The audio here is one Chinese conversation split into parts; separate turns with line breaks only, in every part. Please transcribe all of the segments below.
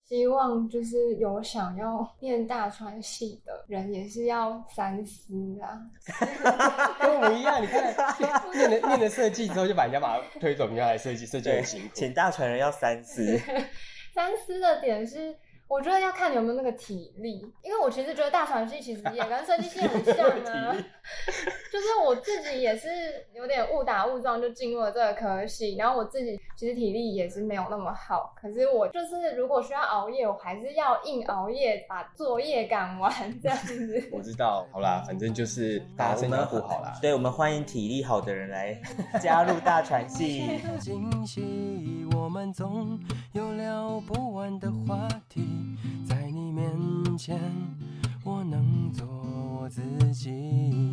希望就是有想要念大传系的人也是要三思啊。
跟我们一样，你看念了设计之后就把人家把它推走，人家来设计很辛苦。
请大传人要三思。
三思的点是我觉得要看你有没有那个体力，因为我其实觉得大传系其实也跟设计系很像啊。就是我自己也是有点误打误撞就进入了这个科系，然后我自己其实体力也是没有那么好，可是我就是如果需要熬夜，我还是要硬熬夜把作业赶完这样子。
我知道，好啦，反正就是大家身体不好啦。
对，我们欢迎体力好的人来加入大传系。
惊喜，我们总有聊不完的话题，在你面前我能做我自己。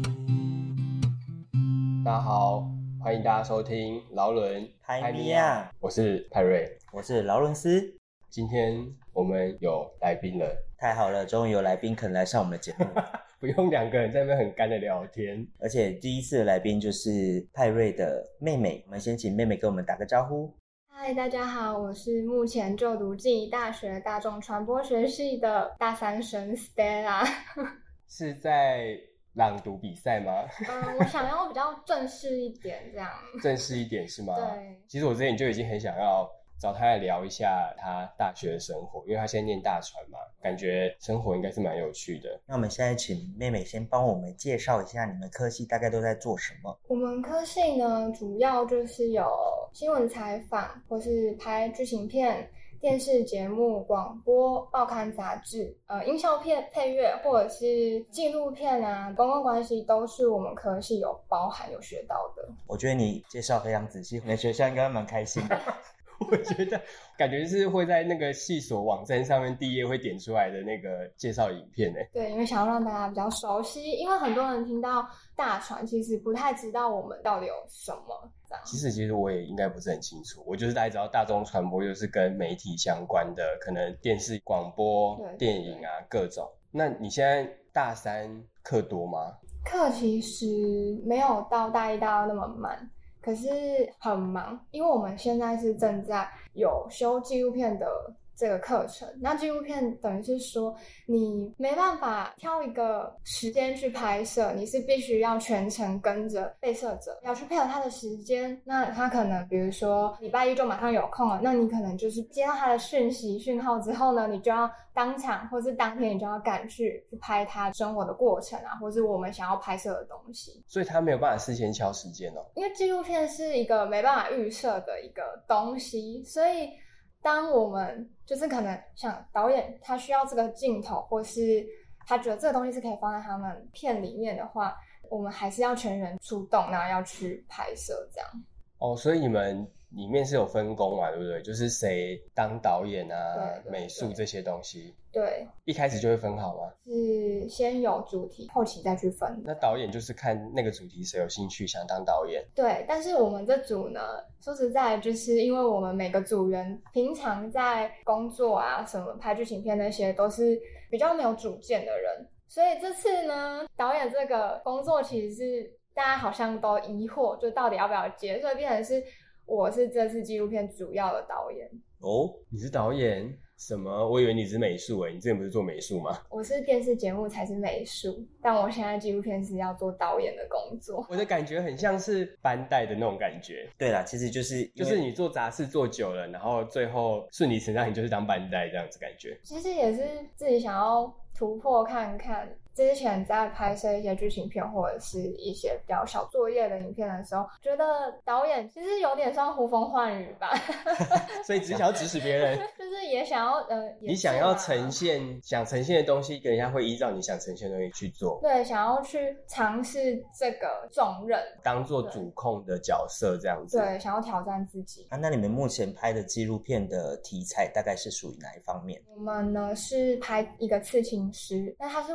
大家好，欢迎大家收听劳伦
派米亚，
我是派瑞，
我是劳伦斯。
今天我们有来宾了，
太好了，终于有来宾肯来上我们的节目。
不用两个人在那边很干的聊天。
而且第一次的来宾就是派瑞的妹妹，我们先请妹妹跟我们打个招呼。
嗨，大家好，我是目前就读静宜大学大众传播学系的大三生 Stella。
是在朗读比赛吗？
我想要比较正式一点这样。
正式一点是吗？
对，
其实我之前就已经很想要找他来聊一下他大学的生活，因为他现在念大传嘛，感觉生活应该是蛮有趣的。
那我们现在请妹妹先帮我们介绍一下你们科系大概都在做什么。
我们科系呢主要就是有新闻采访或是拍剧情片、电视节目、广播、报刊杂志、音效片配乐或者是纪录片啊，公共关系都是我们科系有包含有学到的。
我觉得你介绍非常仔细，你的学校应该蛮开心的。
我觉得感觉是会在那个系所网站上面第一页会点出来的那个介绍影片耶。
对，因为想要让大家比较熟悉，因为很多人听到大传其实不太知道我们到底有什么这样。
其实我也应该不是很清楚，我就是大概知道大众传播就是跟媒体相关的，可能电视、广播、电影啊各种。那你现在大三课多吗？
课其实没有到大一大二那么满，可是很忙，因为我们现在是正在有修纪录片的这个课程。那纪录片等于是说你没办法挑一个时间去拍摄，你是必须要全程跟着被摄者，要去配合他的时间。那他可能比如说礼拜一就马上有空了，那你可能就是接到他的讯号之后呢，你就要当场或是当天你就要赶去拍他生活的过程啊，或是我们想要拍摄的东西。
所以他没有办法事先敲时间哦。
因为纪录片是一个没办法预设的一个东西，所以当我们就是可能像导演他需要这个镜头，或是他觉得这个东西是可以放在他们片里面的话，我们还是要全员出动，然后要去拍摄这样。
哦，所以你们里面是有分工嘛，对不对？就是谁当导演啊、
对
美术这些东西。
对，
一开始就会分好吗？
是先有主题，后期再去分。
那导演就是看那个主题谁有兴趣想当导演。
对，但是我们这组呢，说实在，就是因为我们每个组员平常在工作啊，什么拍剧情片那些，都是比较没有主见的人，所以这次呢，导演这个工作其实是大家好像都疑惑，就到底要不要接，所以变成是我是这次纪录片主要的导演。
哦，你是导演？什么？我以为你是美术你之前不是做美术吗？
我是电视节目才是美术，但我现在纪录片是要做导演的工作。
我的感觉很像是班带的那种感觉。
对啦，其实就是
你做杂事做久了，然后最后顺理成章你就是当班带这样子感觉。
其实也是自己想要突破看看。之前在拍摄一些剧情片或者是一些比较小作业的影片的时候，觉得导演其实有点像呼风唤雨吧。
所以只是想要指使别人。
就是也想要
你想要呈现想呈现的东西，人家会依照你想呈现的东西去做。
对，想要去尝试这个重任，
当做主控的角色这样子。
对，想要挑战自己。
那你们目前拍的纪录片的题材大概是属于哪一方面？
我们呢是拍一个刺青师，那他是我们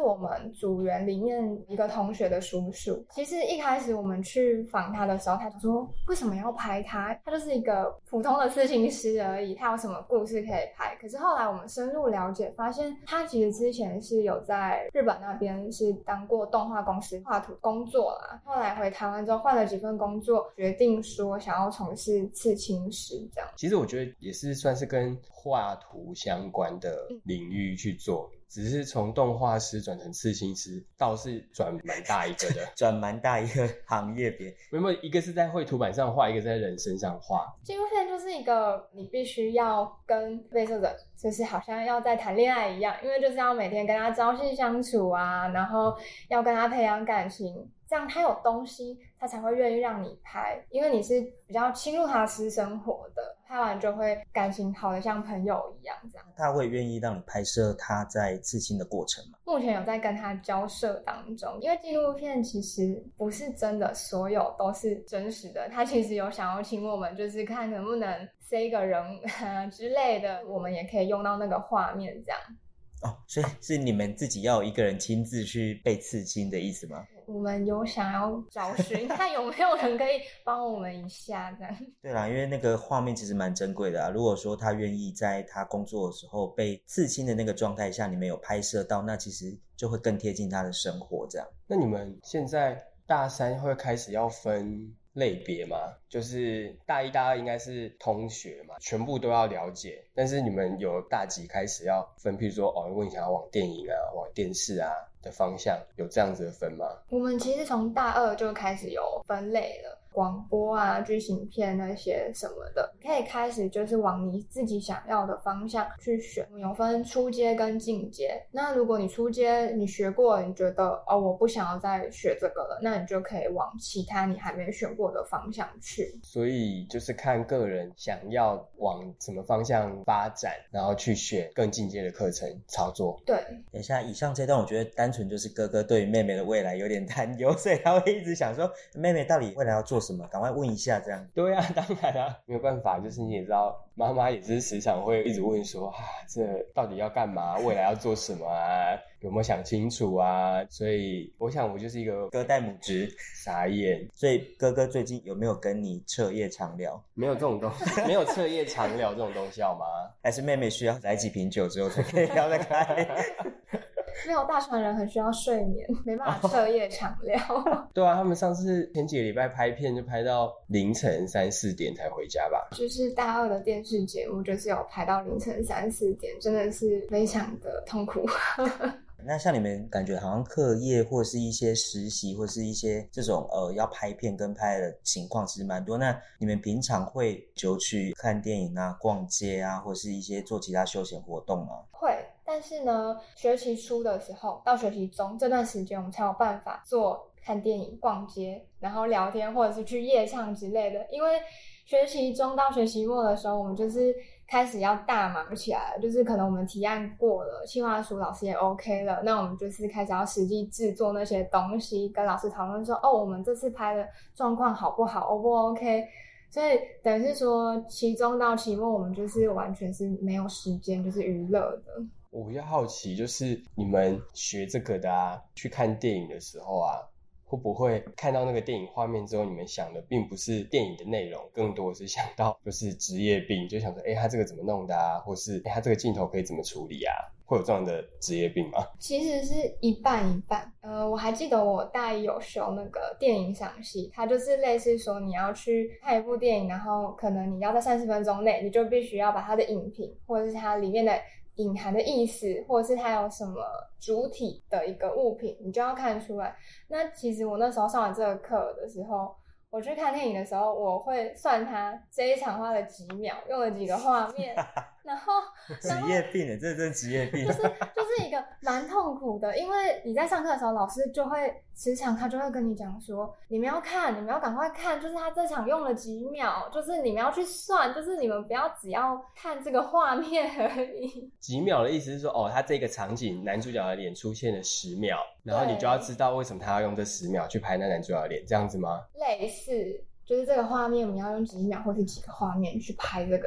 们组员里面一个同学的叔叔。其实一开始我们去访他的时候，他就说为什么要拍他？他就是一个普通的刺青师而已，他有什么故事可以拍？可是后来我们深入了解，发现他其实之前是有在日本那边是当过动画公司画图工作啦，后来回台湾之后换了几份工作，决定说想要从事刺青师这样。
其实我觉得也是算是跟画图相关的领域去做，只是从动画师转成刺青师，倒是转蛮大一个的，
转蛮大一个行业别。
没有，一个是在绘图板上画，一个在人身上画。
纪录片就是一个你必须要跟被摄者就是好像要在谈恋爱一样，因为就是要每天跟他朝夕相处啊，然后要跟他培养感情，这样他有东西他才会愿意让你拍，因为你是比较侵入他私生活的，拍完就会感情好的像朋友一样这样。
他会愿意让你拍摄他在刺青的过程吗？
目前有在跟他交涉当中，因为纪录片其实不是真的所有都是真实的，他其实有想要请我们就是看能不能塞一个人之类的，我们也可以用到那个画面这样。
哦，所以是你们自己要有一个人亲自去被刺青的意思吗？
我们有想要找寻看有没有人可以帮我们一下这样。
对啦，因为那个画面其实蛮珍贵的啊。如果说他愿意在他工作的时候被刺青的那个状态下，你们有拍摄到，那其实就会更贴近他的生活这样。
那你们现在大三会开始要分类别吗？就是大一大二应该是通学嘛，全部都要了解，但是你们有大几开始要分，譬如说如果你想要往电影啊往电视啊的方向，有这样子的分吗？
我们其实从大二就开始有分类了，广播啊剧情片那些什么的，可以开始就是往你自己想要的方向去选。我们有分初阶跟进阶，那如果你初阶你学过了，你觉得我不想要再学这个了，那你就可以往其他你还没选过的方向去。
所以就是看个人想要往什么方向发展，然后去选更进阶的课程操作。
对，
等一下，以上这段我觉得单纯就是哥哥对于妹妹的未来有点担忧，所以他会一直想说妹妹到底未来要做什么，赶快问一下这样。
对啊，当然啊，没有办法，就是你也知道妈妈也是时常会一直问说这到底要干嘛，未来要做什么啊，有没有想清楚啊，所以我想我就是一个
哥带母职
傻眼。
所以哥哥最近有没有跟你彻夜长聊？
没有这种东西，没有彻夜长聊这种东西好吗？
还是妹妹需要来几瓶酒之后才可以聊得开？
没有，大船人很需要睡眠，没办法彻夜长聊。
对啊，他们上次前几个礼拜拍片就拍到凌晨3、4点才回家吧。
就是大二的电视节目，就是有拍到凌晨3、4点，真的是非常的痛苦。
那像你们感觉好像课业或是一些实习或是一些这种要拍片跟拍的情况其实蛮多，那你们平常会就去看电影啊、逛街啊，或是一些做其他休闲活动吗？
会，但是呢学期初的时候到学期中这段时间我们才有办法做看电影、逛街，然后聊天或者是去夜唱之类的。因为学期中到学期末的时候我们就是开始要大忙起来了，就是可能我们提案过了，企划书老师也 OK 了，那我们就是开始要实际制作那些东西，跟老师讨论说我们这次拍的状况好不好， O 不 OK。 所以等于是说期中到期末我们就是完全是没有时间就是娱乐的。
我比较好奇就是你们学这个的啊，去看电影的时候啊，会不会看到那个电影画面之后，你们想的并不是电影的内容，更多的是想到就是职业病，就想说他这个怎么弄的啊，或是他这个镜头可以怎么处理啊，会有这样的职业病吗？
其实是一半一半。我还记得我大一有修那个电影赏析，它就是类似说你要去看一部电影，然后可能你要在30分钟内，你就必须要把它的影评或者是它里面的隐含的意思，或者是它有什么主体的一个物品，你就要看出来。那其实我那时候上完这个课的时候，我去看电影的时候，我会算它这一场花了几秒，用了几个画面，然后
职业病耶，这真的职业病。
就是一个蛮痛苦的，因为你在上课的时候，老师就会时常他就会跟你讲说，你们要看，你们要赶快看，就是他这场用了几秒，就是你们要去算，就是你们不要只要看这个画面而已。
几秒的意思是说他这个场景男主角的脸出现了10秒，然后你就要知道为什么他要用这10秒去拍那男主角的脸，这样子吗？
类似，就是这个画面我们要用几秒或是几个画面去拍这个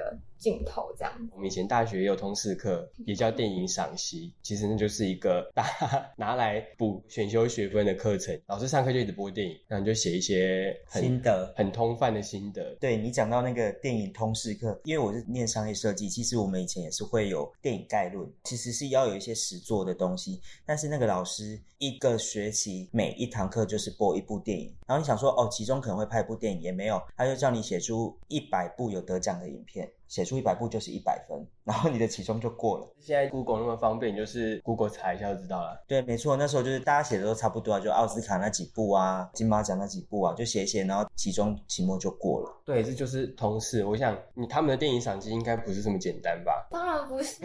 镜头这样子。
我们以前大学也有通识课，也叫电影赏析，其实那就是一个大家拿来补选修学分的课程。老师上课就一直播电影，然后你就写一些
心得
很通泛的心得。
对，你讲到那个电影通识课，因为我是念商业设计，其实我们以前也是会有电影概论，其实是要有一些实作的东西，但是那个老师一个学期每一堂课就是播一部电影，然后你想说其中可能会拍一部电影，也没有，他就叫你写出100部有得奖的影片，写出100部就是100分，然后你的期中就过了。
现在 Google 那么方便，你就是 Google 查一下就知道了。
对，没错，那时候就是大家写的都差不多啊，就奥斯卡那几部啊，金马奖那几部啊，就写一写，然后期中期末就过了。
对，这就是通识。我想他们的电影赏析应该不是这么简单吧？
当然不是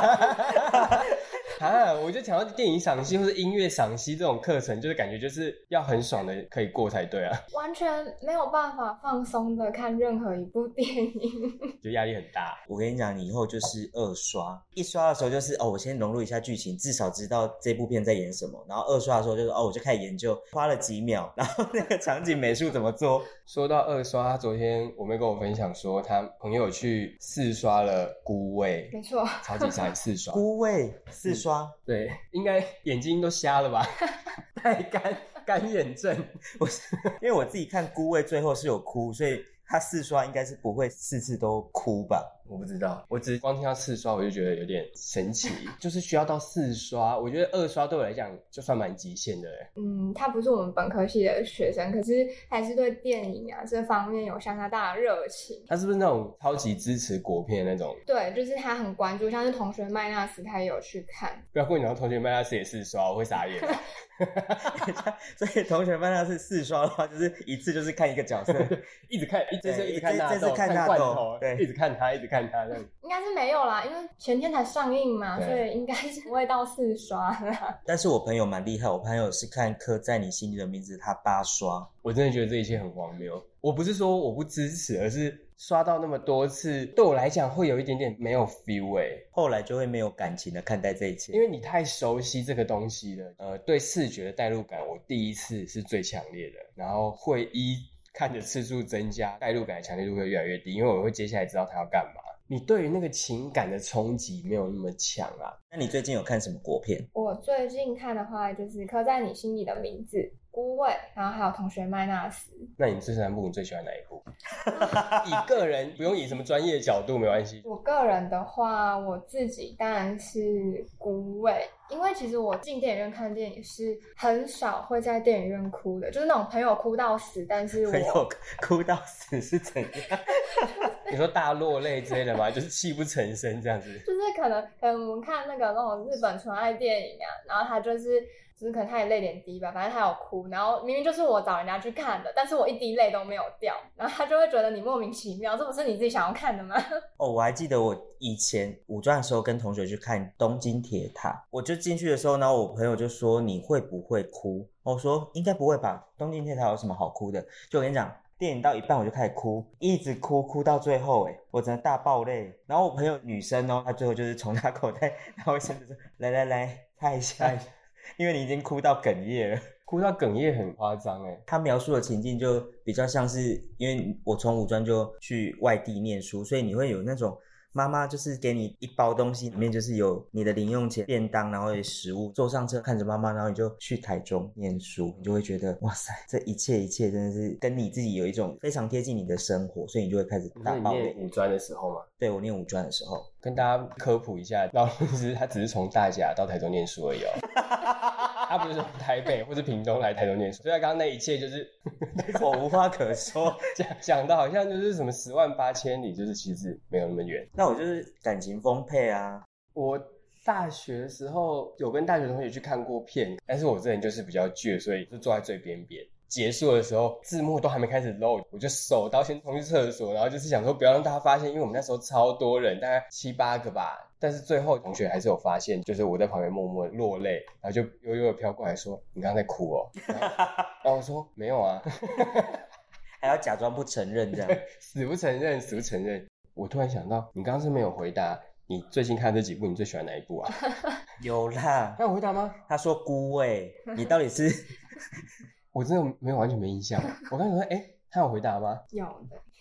我就想到电影赏析或是音乐赏析这种课程，就是感觉就是要很爽的可以过才对啊，
完全没有办法放松的看任何一部电影。
就压力很大。
我跟你讲，你以后就是二刷，一刷的时候就是我先融入一下剧情，至少知道这部片在演什么，然后二刷的时候就是我就开始研究，花了几秒，然后那个场景美术怎么做。
说到二刷，昨天我妹跟我分享说，她朋友去4刷了《孤味》，
没错，
超级惨，4刷。
孤味4刷，
对，应该眼睛都瞎了吧？太干眼症。
因为我自己看孤味最后是有哭，所以他4刷应该是不会4次都哭吧。
我不知道，我只是光听到4刷我就觉得有点神奇，就是需要到4刷，我觉得2刷对我来讲就算蛮极限的耶。
他不是我们本科系的学生，可是还是对电影啊这方面有相当大的热情。
他是不是那种超级支持国片的那种？
对，就是他很关注，像是同学麦纳斯他也有去看。
不要跟我讲同学麦纳斯也4刷，我会傻眼。
所以同学班要是4刷的话，就是一次就是看一个角色，
一直看，这次一直看纳豆，
这次看纳豆
罐头，
对，
一直看他，一直看他这样。
应该是没有啦，因为前天才上映嘛，
对
所以应该是不会到4刷啦。
但是我朋友蛮厉害，我朋友是看《刻在你心里的名字》，他8刷。
我真的觉得这一切很荒谬。我不是说我不支持，而是刷到那么多次，对我来讲会有一点点没有 feel
后来就会没有感情的看待这一切，
因为你太熟悉这个东西了。对视觉的代入感，我第一次是最强烈的，然后会看的次数增加，代入感的强烈度会越来越低，因为我会接下来知道他要干嘛。你对于那个情感的冲击没有那么强啊。
那你最近有看什么国片？
我最近看的话就是刻在你心里的名字、孤味，然后还有同学麦纳斯。
那你这3部你最喜欢哪一部？以个人不用以什么专业角度没关系。
我个人的话，我自己当然是孤味，因为其实我进电影院看电影是很少会在电影院哭的，就是那种朋友哭到死，但是
朋友哭到死是怎样？
你说大落泪之类的吗？就是泣不成声这样子。
就是可能我们看那种日本纯爱电影啊，然后他就是可能他也泪点低吧，反正他有哭，然后明明就是我找人家去看的，但是我一滴泪都没有掉，然后他就会觉得你莫名其妙，这不是你自己想要看的吗？
我还记得我以前五专的时候跟同学去看东京铁塔，我就进去的时候，然后我朋友就说你会不会哭？我说应该不会吧，东京铁塔有什么好哭的？就我跟你讲，电影到一半我就开始哭，一直哭到最后，我真的大爆泪。然后我朋友女生她最后就是从她口袋然后甚至说来拍一下，因为你已经哭到哽咽了。
哭到哽咽很夸张
他描述的情境就比较像是，因为我从五专就去外地念书，所以你会有那种妈妈就是给你一包东西，里面就是有你的零用钱、便当，然后有食物，坐上车看着妈妈，然后你就去台中念书，你就会觉得哇塞，这一切真的是跟你自己有一种非常贴近你的生活，所以你就会开始大爆泪。
你念五专的时候吗？
对，我念五专的时候。
跟大家科普一下，劳伦斯他只是从大甲到台中念书而已他不是从台北或是屏东来台中念书，所以他刚刚那一切就是
我无话可说，
讲的好像就是什么10万8千里，就是其实没有那么远。
那我就是感情丰沛啊。
我大学的时候有跟大学同学去看过片，但是我这人就是比较倔，所以就坐在最边边。结束的时候字幕都还没开始露，我就手刀先冲去厕所，然后就是想说不要让大家发现，因为我们那时候超多人，大概7、8个吧。但是最后同学还是有发现，就是我在旁边默默落泪，然后就悠悠的飘过来说你刚刚在哭哦。然后我说没有啊。
还要假装不承认这样。
死不承认。我突然想到你刚刚是没有回答你最近看这几部你最喜欢哪一部啊？
有啦。
他有回答吗？
他说孤味。你到底是
我真的完全没印象。我刚才说他有回答吗？
有的。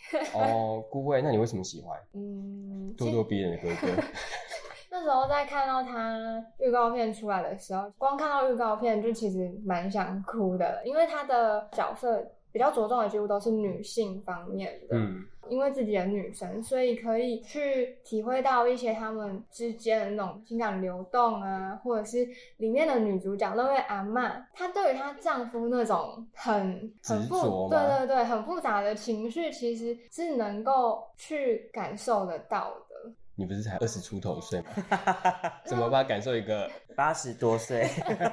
哦，孤味，那你为什么喜欢？咄咄逼人的哥哥。
那时候在看到他预告片出来的时候，光看到预告片就其实蛮想哭的，因为他的角色比较着重的几乎都是女性方面的，因为自己的女生，所以可以去体会到一些他们之间的那种情感流动啊，或者是里面的女主角那位阿嬷，她对于她丈夫那种很对，很复杂的情绪，其实是能够去感受得到的。
你不是才20出头岁吗？怎么办法感受一个
80多岁？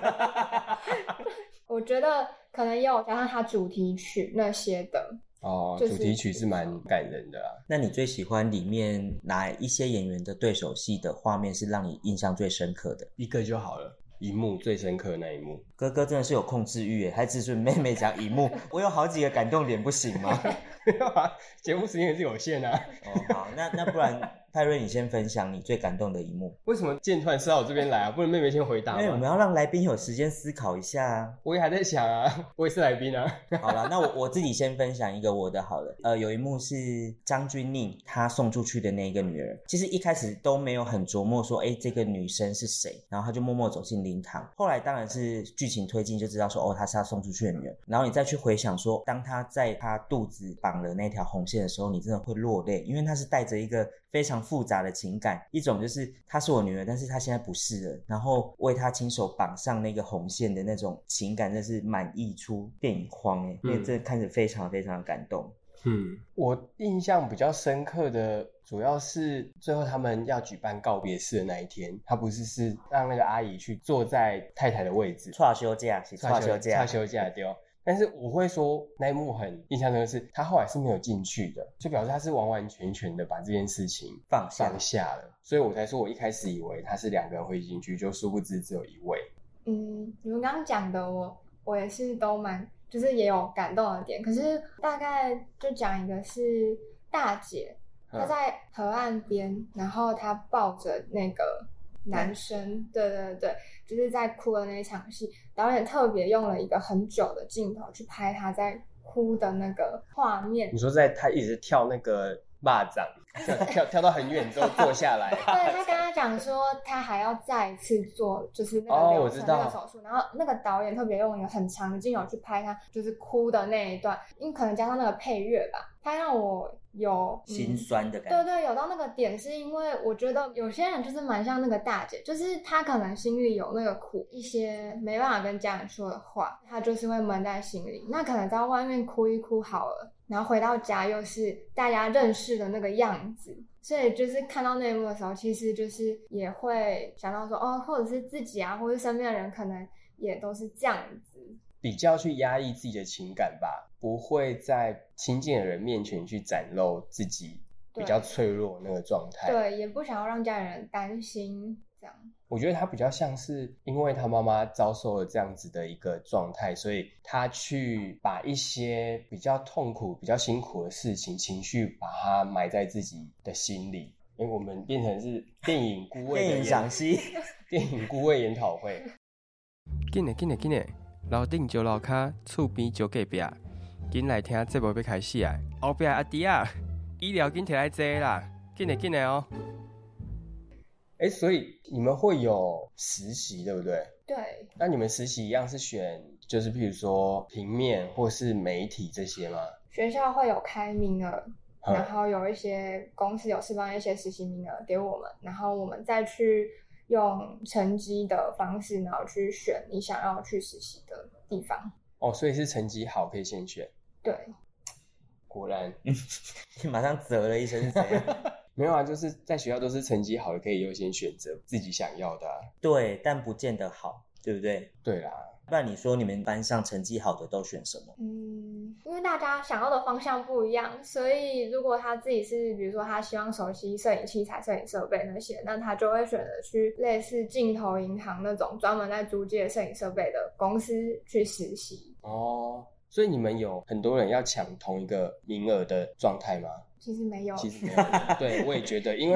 我觉得可能也有加上他主题曲那些的。
哦，主题曲是蛮感人的啊。
那你最喜欢里面哪一些演员的对手戏的画面是让你印象最深刻的？
一个就好了。一幕最深刻的那一幕，
哥哥真的是有控制欲耶，还只准妹妹讲一幕，我有好几个感动点，不行吗？
没有啊，节目时间也是有限啊。
哦，好，那不然派瑞你先分享你最感动的一幕。
为什么剑突然射到我这边来啊？不能妹妹先回答吗？
因为我们要让来宾有时间思考一下啊。
我也还在想啊，我也是来宾啊。
好了，那我自己先分享一个我的好了。有一幕是张钧甯她送出去的那个女儿，其实一开始都没有很琢磨说，这个女生是谁，然后她就默默走进灵堂。后来当然是剧情推进就知道说，她是她送出去的女儿。然后你再去回想说，当她在她肚子绑了那条红线的时候，你真的会落泪，因为她是带着一个非常复杂的情感，一种就是她是我女儿，但是她现在不是了，然后为她亲手绑上那个红线的那种情感，真是满溢出电影框因为这看着非常非常感动。
我印象比较深刻的主要是最后他们要举办告别式的那一天，他不是让那个阿姨去坐在太太的位置，
串休假是串休假
对。但是我会说那一幕很印象深刻，是他后来是没有进去的，就表示他是完完全全的把这件事情放下了，所以我才说我一开始以为他是2个人会进去，就殊不知只有一位。
你们刚刚讲的我也是都蛮就是也有感动的点，可是大概就讲一个是大姐，她在河岸边，然后她抱着那个男生，对，就是在哭的那一场戏，导演特别用了一个很久的镜头去拍她在哭的那个画面。
你说在她一直跳那个蚂蚱，跳到很远之后坐下来。
对，他跟他讲说他还要再一次做就是那个流程那个手术，然后那个导演特别用一个很长的镜头去拍他就是哭的那一段，因为可能加上那个配乐吧，他让我有
心酸的感觉。
对，有到那个点，是因为我觉得有些人就是蛮像那个大姐，就是他可能心里有那个苦，一些没办法跟家人说的话，他就是会闷在心里，那可能在外面哭一哭好了，然后回到家又是大家认识的那个样子，所以就是看到那一幕的时候，其实就是也会想到说或者是自己啊，或者身边的人可能也都是这样子，
比较去压抑自己的情感吧，不会在亲近的人面前去展露自己比较脆弱的那个状态。
对，也不想要让家人担心这样。
我觉得他比较像是因为他妈妈遭受了这样子的一个状态，所以他去把一些比较痛苦比较辛苦的事情情绪把它埋在自己的心里。因为我们变成是电影孤味的
电影赏析
电影孤味研讨会。
紧的楼顶就楼骹，厝边就隔壁，紧来听节目要开始啊！后壁阿弟啊，医疗紧摕来坐啦，紧的哦。
所以你们会有实习对不对？
对。
那你们实习一样是选就是譬如说平面或是媒体这些吗？
学校会有开名额，然后有一些公司有释放一些实习名额给我们，然后我们再去用成绩的方式，然后去选你想要去实习的地方。
所以是成绩好可以先选。
对。
果然
你马上啧了一声是怎样？
没有啊，就是在学校都是成绩好的可以优先选择自己想要的
对，但不见得好，对不对？
对啦。
不然你说你们班上成绩好的都选什么？
因为大家想要的方向不一样，所以如果他自己是比如说他希望熟悉摄影器材、摄影设备那些，那他就会选择去类似镜头银行那种专门在租借摄影设备的公司去实习。
所以你们有很多人要抢同一个名额的状态吗？
其实没有。
对，我也觉得，因为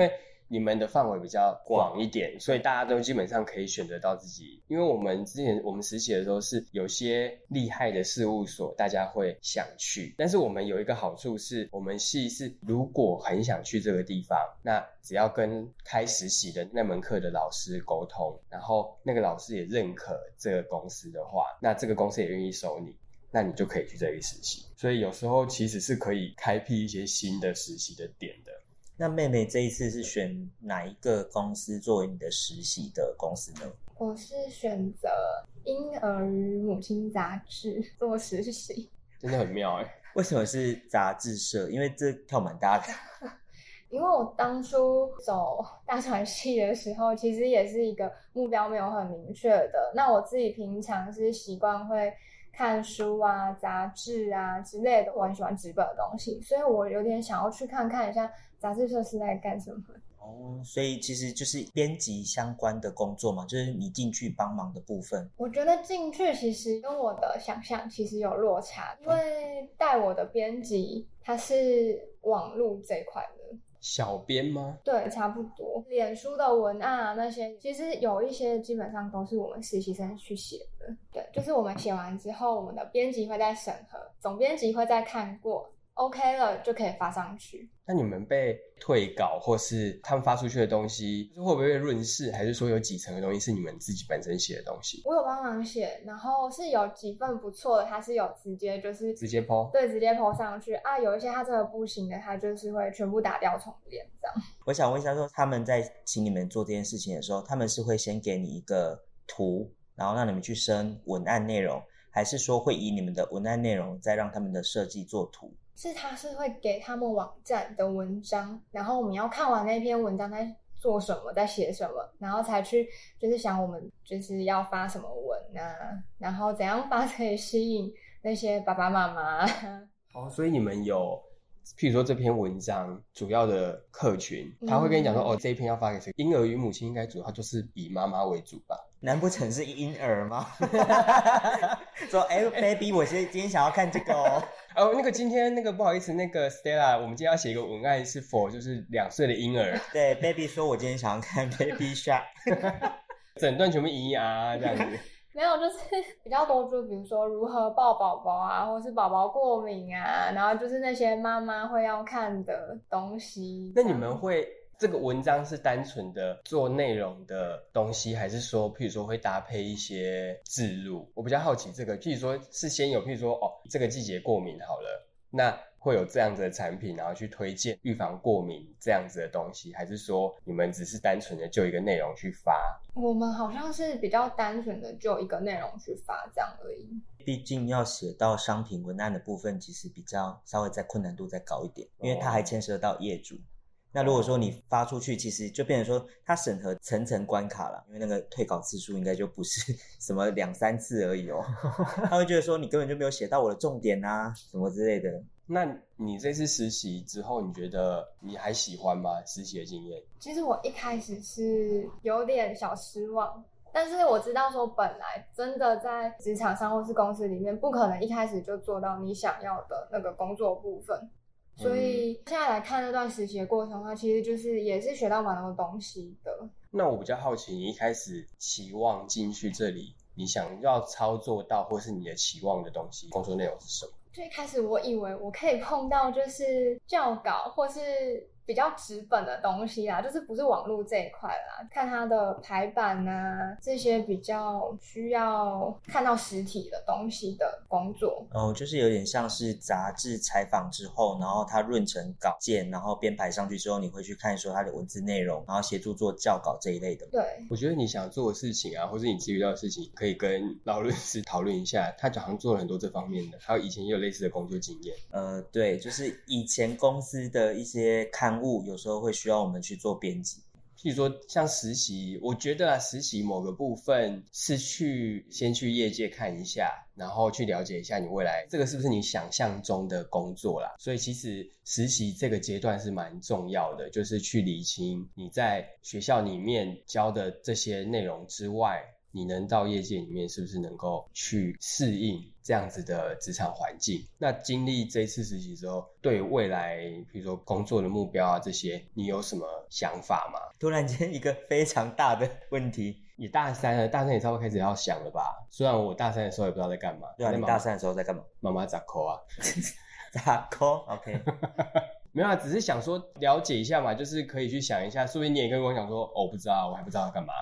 你们的范围比较广一点，所以大家都基本上可以选择到自己。因为我们之前我们实习的时候是有些厉害的事务所大家会想去，但是我们有一个好处是我们系是如果很想去这个地方，那只要跟开实习的那门课的老师沟通，然后那个老师也认可这个公司的话，那这个公司也愿意收你，那你就可以去这里实习。所以有时候其实是可以开辟一些新的实习的点的。
那妹妹这一次是选哪一个公司作为你的实习的公司呢？
我是选择婴儿与母亲杂志做实习。
真的很妙欸。
为什么是杂志社？因为这跳蛮大的。
因为我当初走大传系的时候，其实也是一个目标没有很明确的。那我自己平常是习惯会看书啊、杂志啊之类的，我很喜欢纸本的东西，所以我有点想要去看看一下杂志社是在干什么。
哦，所以其实就是编辑相关的工作嘛，就是你进去帮忙的部分。
我觉得进去其实跟我的想象其实有落差，因为带我的编辑他是网路这一块的。
小编吗？
对，差不多。脸书的文案啊那些，其实有一些基本上都是我们实习生去写的。对，就是我们写完之后，我们的编辑会再审核，总编辑会再看过 ，OK 了就可以发上去。
那你们被退稿或是他们发出去的东西，会不会被润饰，还是说有几成的东西是你们自己本身写的东西？
我有帮忙写，然后是有几份不错的，他是有直接
直接 po？
对，直接 po 上去啊。有一些他真的不行的，他就是会全部打掉重练这样。
我想问一下说，他们在请你们做这件事情的时候，他们是会先给你一个图，然后让你们去生文案内容，还是说会以你们的文案内容再让他们的设计做图？
他是会给他们网站的文章，然后我们要看完那篇文章在做什么，在写什么，然后才去就是想我们就是要发什么文啊，然后怎样发可以吸引那些爸爸妈妈。
哦，所以你们有譬如说这篇文章主要的客群，他会跟你讲说，哦，这一篇要发给谁？婴儿与母亲应该主要就是以妈妈为主吧？
难不成是婴儿吗？说baby 我今天想要看这个哦。
那个今天那个不好意思，那个 Stella 我们今天要写一个文案是 for 就是2岁的婴儿。
对 baby 说我今天想要看 baby shark。
整段全部咿呀这样子。
没有，就是比较多，就比如说如何抱宝宝啊，或是宝宝过敏啊，然后就是那些妈妈会要看的东西。
那你们会这个文章是单纯的做内容的东西，还是说譬如说会搭配一些置入？我比较好奇这个，譬如说是先有譬如说这个季节过敏好了，那会有这样子的产品，然后去推荐预防过敏这样子的东西，还是说你们只是单纯的就一个内容去发？
我们好像是比较单纯的就一个内容去发这样而已。
毕竟要写到商品文案的部分，其实比较稍微再困难度再高一点，因为它还牵涉到业主。那如果说你发出去，其实就变成说它审核层层关卡了，因为那个退稿次数应该就不是什么2-3次而已哦。他会觉得说你根本就没有写到我的重点啊，什么之类的。
那你这次实习之后，你觉得你还喜欢吗？实习的经验？
其实我一开始是有点小失望，但是我知道说本来真的在职场上或是公司里面，不可能一开始就做到你想要的那个工作部分。所以现在来看那段实习的过程的话，其实就是也是学到蛮多东西的。
那我比较好奇，你一开始期望进去这里，你想要操作到或是你的期望的东西，工作内容是什么？
最开始我以为我可以碰到就是校稿或是比较纸本的东西啦，就是不是网络这一块啦，看它的排版啊，这些比较需要看到实体的东西的工作。
就是有点像是杂志采访之后，然后它润成稿件，然后编排上去之后，你会去看说它的文字内容，然后协助做校稿这一类的。
对，
我觉得你想做的事情啊，或是你自己遇到的事情，可以跟劳伦斯讨论一下，他好像做了很多这方面的，他以前也有类似的工作经验。
对，就是以前公司的一些刊物有时候会需要我们去做编辑。
譬如说像实习，我觉得实习某个部分是先去业界看一下，然后去了解一下你未来这个是不是你想象中的工作啦。所以其实实习这个阶段是蛮重要的，就是去厘清你在学校里面教的这些内容之外， 你能到业界里面是不是能够去适应这样子的职场环境。那经历这一次实习之后，对未来比如说工作的目标啊这些，你有什么想法吗？
突然间一个非常大的问题。
你大三了，大三也差不多开始要想了吧？虽然我大三的时候也不知道在干嘛。
对啊，你大三的时候在干嘛？
妈妈咋扣啊？
咋扣 ？OK
没有啊，只是想说了解一下嘛，就是可以去想一下，说不定你也跟我讲说，哦，我不知道，我还不知道要干嘛。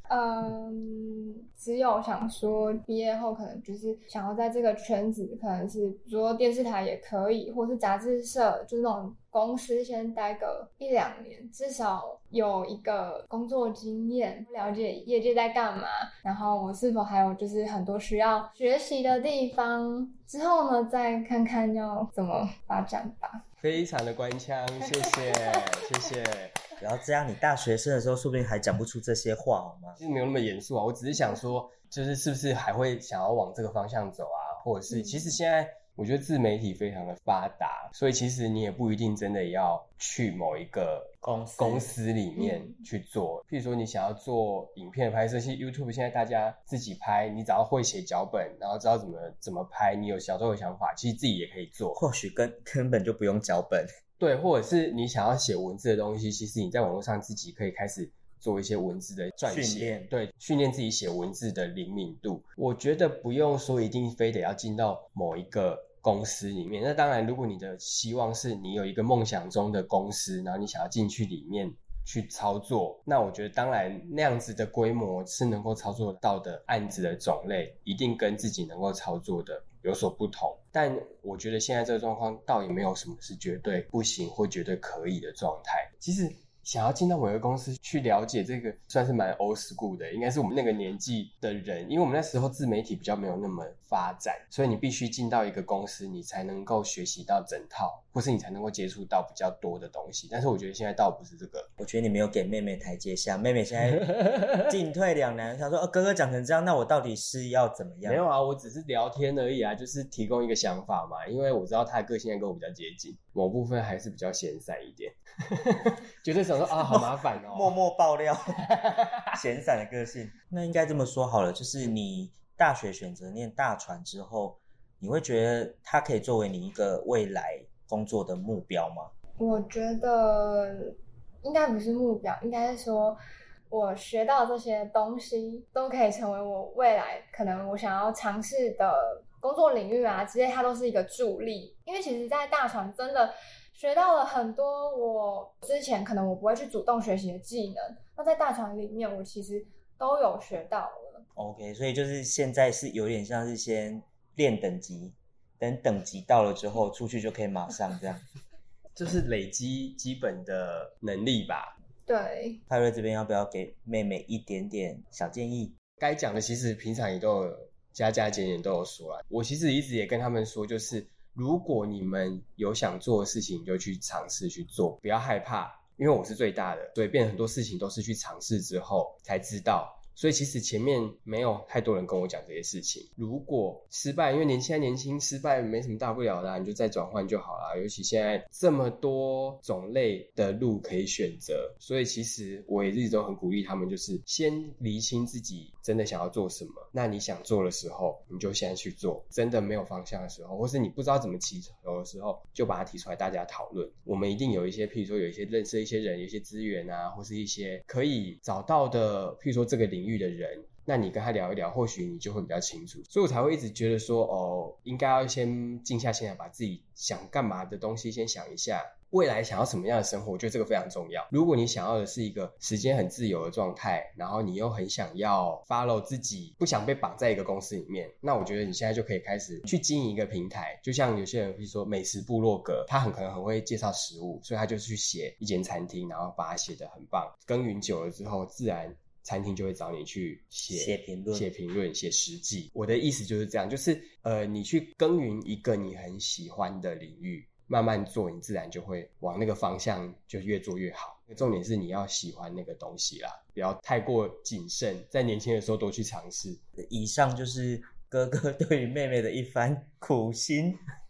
只有想说毕业后可能就是想要在这个圈子，可能是比如说电视台也可以，或是杂志社，就是那种公司先待个1-2年，至少有一个工作经验，了解业界在干嘛，然后我是否还有就是很多需要学习的地方，之后呢再看看要怎么发展吧。
非常的官腔，谢谢谢谢。
不要这样，你大学生的时候说不定还讲不出这些话好吗？
其实没有那么严肃啊，我只是想说，就是是不是还会想要往这个方向走啊，或者是其实现在我觉得自媒体非常的发达，所以其实你也不一定真的要去某一个公司里面去做。譬如说你想要做影片的拍摄，其实 YouTube 现在大家自己拍，你只要会写脚本，然后知道怎么拍，你有小时候有想法，其实自己也可以做。
或许根本就不用脚本。
对，或者是你想要写文字的东西，其实你在网络上自己可以开始做一些文字的撰写，
训练，
对，训练自己写文字的灵敏度。我觉得不用说一定非得要进到某一个公司里面。那当然，如果你的希望是你有一个梦想中的公司，然后你想要进去里面去操作，那我觉得当然那样子的规模是能够操作到的案子的种类，一定跟自己能够操作的有所不同。但我觉得现在这个状况倒也没有什么是绝对不行或绝对可以的状态。其实想要进到某个公司去了解这个，算是蛮 old school 的，应该是我们那个年纪的人，因为我们那时候自媒体比较没有那么发展，所以你必须进到一个公司，你才能够学习到整套，或是你才能够接触到比较多的东西。但是我觉得现在倒不是这个。
我觉得你没有给妹妹台阶下，妹妹现在进退两难，她说哥哥讲成这样，那我到底是要怎么样？
没有啊，我只是聊天而已啊，就是提供一个想法嘛，因为我知道他的个性跟我比较接近，某部分还是比较闲散一点。觉得想说啊，好麻烦哦，
默默爆料闲散的个性。那应该这么说好了，就是你大学选择念大传之后，你会觉得它可以作为你一个未来工作的目标吗？
我觉得应该不是目标，应该是说我学到这些东西都可以成为我未来可能我想要尝试的工作领域啊之类，它都是一个助力。因为其实在大传真的学到了很多我之前可能我不会去主动学习的技能，那在大传里面我其实都有学到了。
OK， 所以就是现在是有点像是先练等级，等等级到了之后出去就可以马上这样。
就是累积基本的能力吧。
对，
派瑞这边要不要给妹妹一点点小建议？
该讲的其实平常也都有加减减都有说啦。我其实一直也跟他们说，就是如果你们有想做的事情，你就去尝试去做，不要害怕，因为我是最大的，所以变成很多事情都是去尝试之后才知道。所以其实前面没有太多人跟我讲这些事情。如果失败，因为现在年轻，失败没什么大不了的啊，你就再转换就好啦。尤其现在这么多种类的路可以选择，所以其实我也一直都很鼓励他们，就是先厘清自己真的想要做什么。那你想做的时候，你就现在去做。真的没有方向的时候，或是你不知道怎么起头的时候，就把它提出来大家讨论。我们一定有一些，譬如说有一些认识一些人，有一些资源啊，或是一些可以找到的，譬如说这个领域的人，那你跟他聊一聊，或许你就会比较清楚。所以我才会一直觉得说，应该要先静下心来，把自己想干嘛的东西先想一下，未来想要什么样的生活，我觉得这个非常重要。如果你想要的是一个时间很自由的状态，然后你又很想要 follow 自己，不想被绑在一个公司里面，那我觉得你现在就可以开始去经营一个平台。就像有些人比如说美食部落格，他可能很会介绍食物，所以他就去写一间餐厅，然后把它写得很棒，耕耘久了之后，自然餐厅就会找你去写评论、写实际。我的意思就是这样，就是你去耕耘一个你很喜欢的领域，慢慢做，你自然就会往那个方向就越做越好。重点是你要喜欢那个东西啦，不要太过谨慎，在年轻的时候多去尝试。
以上就是哥哥对于妹妹的一番苦心。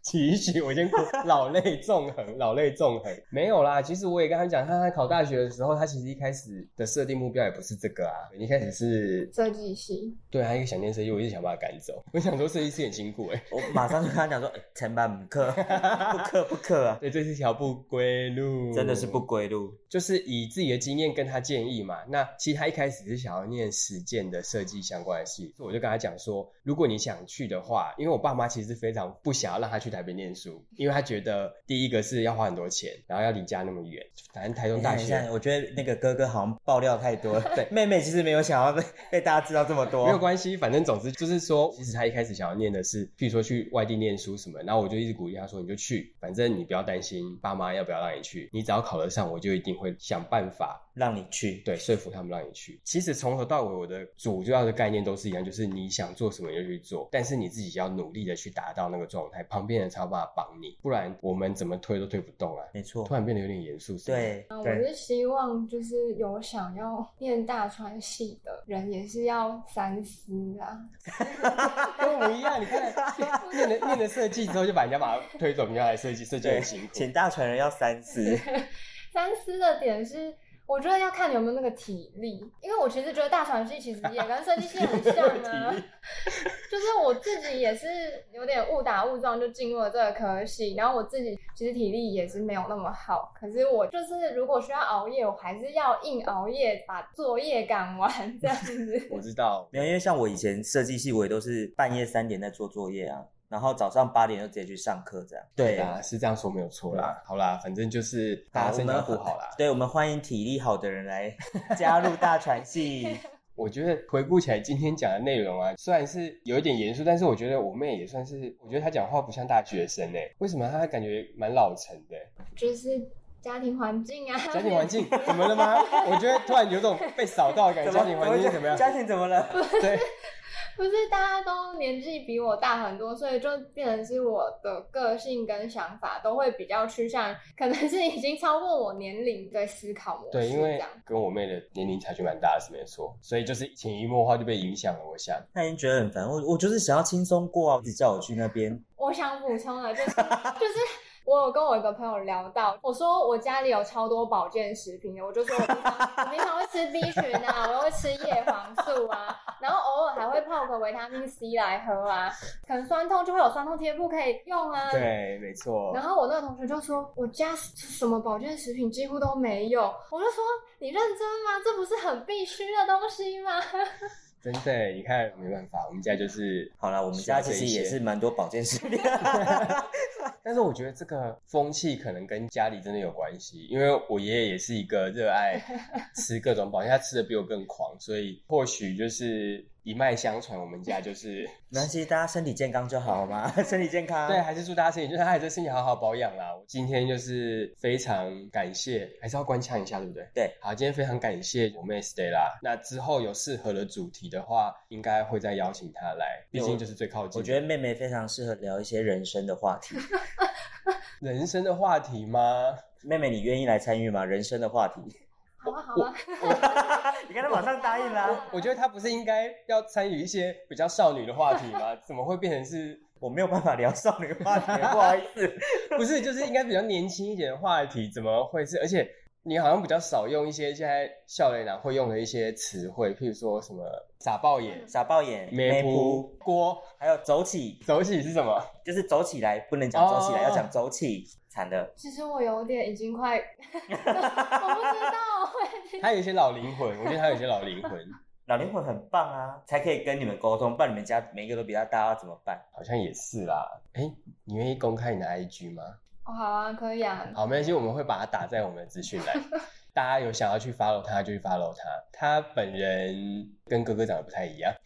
期许，我先哭，老泪纵横，老泪纵横。没有啦，其实我也跟他讲，他考大学的时候，他其实一开始的设定目标也不是这个啊，一开始是
设计系。
对，他一个想念设计，我一直想把他赶走。我想说设计师很辛苦
我马上就跟他讲说，前班不课，不课啊。
对，这是条不归路，
真的是不归路。
就是以自己的经验跟他建议嘛。那其实他一开始是想要念实践的设计相关的系，我就跟他讲说，如果你想去的话，因为我爸妈其实是非常不想要让他去台北念书，因为他觉得第一个是要花很多钱，然后要离家那么远，反正台中大学。
我觉得那个哥哥好像爆料太多了，对，妹妹其实没有想要被大家知道这么多，
没有关系，反正总之就是说，其实他一开始想要念的是，譬如说去外地念书什么，然后我就一直鼓励他说，你就去，反正你不要担心爸妈要不要让你去，你只要考得上，我就一定会想办法
让你去，
对，说服他们让你去。其实从头到尾我的主要的概念都是一样，就是你想做什么就去做，但是你自己要努力的去达到那个状态，旁边人才有办法帮你，不然我们怎么推都推不动啊。
没错，
突然变得有点严肃。
对，
我是希望就是有想要念大传系的人也是要三思啊。
跟我们一样，你看念了设计之后就把人家把他推走，你要来设计很辛苦。
请大传人要三思。
三思的点是，我觉得要看你有没有那个体力，因为我其实觉得大传系其实也跟设计系很像啊。就是我自己也是有点误打误撞就进入了这个科系，然后我自己其实体力也是没有那么好，可是我就是如果需要熬夜，我还是要硬熬夜把作业赶完这样子。
我知道，
没有，因为像我以前设计系，我也都是半夜3点在做作业啊。然后早上8点就直接去上课，这样。
对啊，是这样说没有错啦。好啦，反正就是大家身体不好啦。
对，我们欢迎体力好的人来加入大传系。
我觉得回顾起来今天讲的内容啊，虽然是有一点严肃，但是我觉得我妹也算是，我觉得她讲话不像大学生欸。为什么她感觉蛮老成的？
就是家庭环境啊。
家庭环境怎么了吗？我觉得突然有种被扫到的感觉。家庭环境怎么样？
家庭怎么了？
对。
不是大家都年纪比我大很多，所以就变成是我的个性跟想法都会比较趋向，可能是已经超过我年龄的思考模式。
对，因为跟我妹的年龄差距蛮大的，是没错，所以就是潜移默化就被影响了。我想
她已经觉得很烦，我就是想要轻松过啊，一直叫我去那边。
我想补充的就是我有跟我一个朋友聊到，我说我家里有超多保健食品的，我就说我平常会吃 B 群啊，我会吃叶黄素啊，然后偶尔还会泡个维他命 C 来喝啊，可能酸痛就会有酸痛贴布可以用啊。
对，没错。
然后我那个同学就说，我家什么保健食品几乎都没有，我就说你认真吗？这不是很必须的东西吗？
真的，你看没办法，我们家就是
好啦，我们家其实也是蛮多保健食品。
但是我觉得这个风气可能跟家里真的有关系，因为我爷爷也是一个热爱吃各种保健，他吃的比我更狂，所以或许就是一脉相传，我们家就是
没关系，大家身体健康就好吗？身体健康，
对，还是祝大家身体，就是他还是身体好好保养啦。今天就是非常感谢，还是要官腔一下，对不对？
对，
好，今天非常感谢我妹 Stella。那之后有适合的主题的话，应该会再邀请她来，毕竟就是最靠近。
我觉得妹妹非常适合聊一些人生的话题。
人生的话题吗？
妹妹，你愿意来参与吗？人生的话题。
好啊，好啊。
你看她马上答应啦。
我觉得她不是应该要参与一些比较少女的话题吗？怎么会变成是
我没有办法聊少女话题？不好意思，
不是，就是应该比较年轻一点的话题，怎么会是？而且你好像比较少用一些现在少年郎会用的一些词汇，譬如说什么傻爆眼、
傻爆眼、
咩噗、锅，
还有走起。
走起是什么？
就是走起来，不能讲走起来，要讲走起。惨的，
其实我有点已经快，我不知道。
他有一些老灵魂，我觉得他有一些老灵魂。
老灵魂很棒啊，才可以跟你们沟通，不然你们家每一个都比他大，要怎么办？
好像也是啦。你愿意公开你的 IG 吗？
哦，好啊，可以啊。
好，没关系，我们会把它打在我们的资讯栏。大家有想要去 follow 他，就去 follow 他。他本人跟哥哥长得不太一样。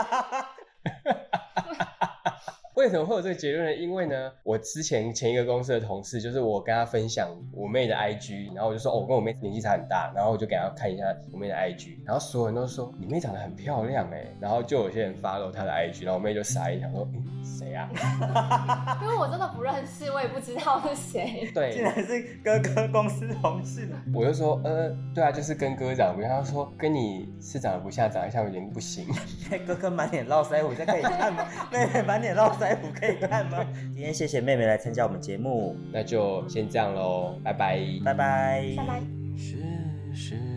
为什么会有这个结论呢？因为呢，我前一个公司的同事，就是我跟他分享我妹的 IG， 然后我就说，我跟我妹年纪差很大，然后我就给他看一下我妹的 IG， 然后所有人都说你妹长得很漂亮然后就有些人 follow 她的 IG， 然后我妹就傻眼，想说谁啊？
因为我真的不认识，我也不知道是谁。
对，
竟然是哥哥公司同事。
我就说对啊，就是跟哥长不像。他说跟你是长得不像，长得像有点不行。
哥哥满脸络腮胡，这可以看吗？妹妹满脸络腮赛服可以看吗？今天谢谢妹妹来参加我们节目，
那就先这样咯，拜拜，
拜拜，
拜拜。
是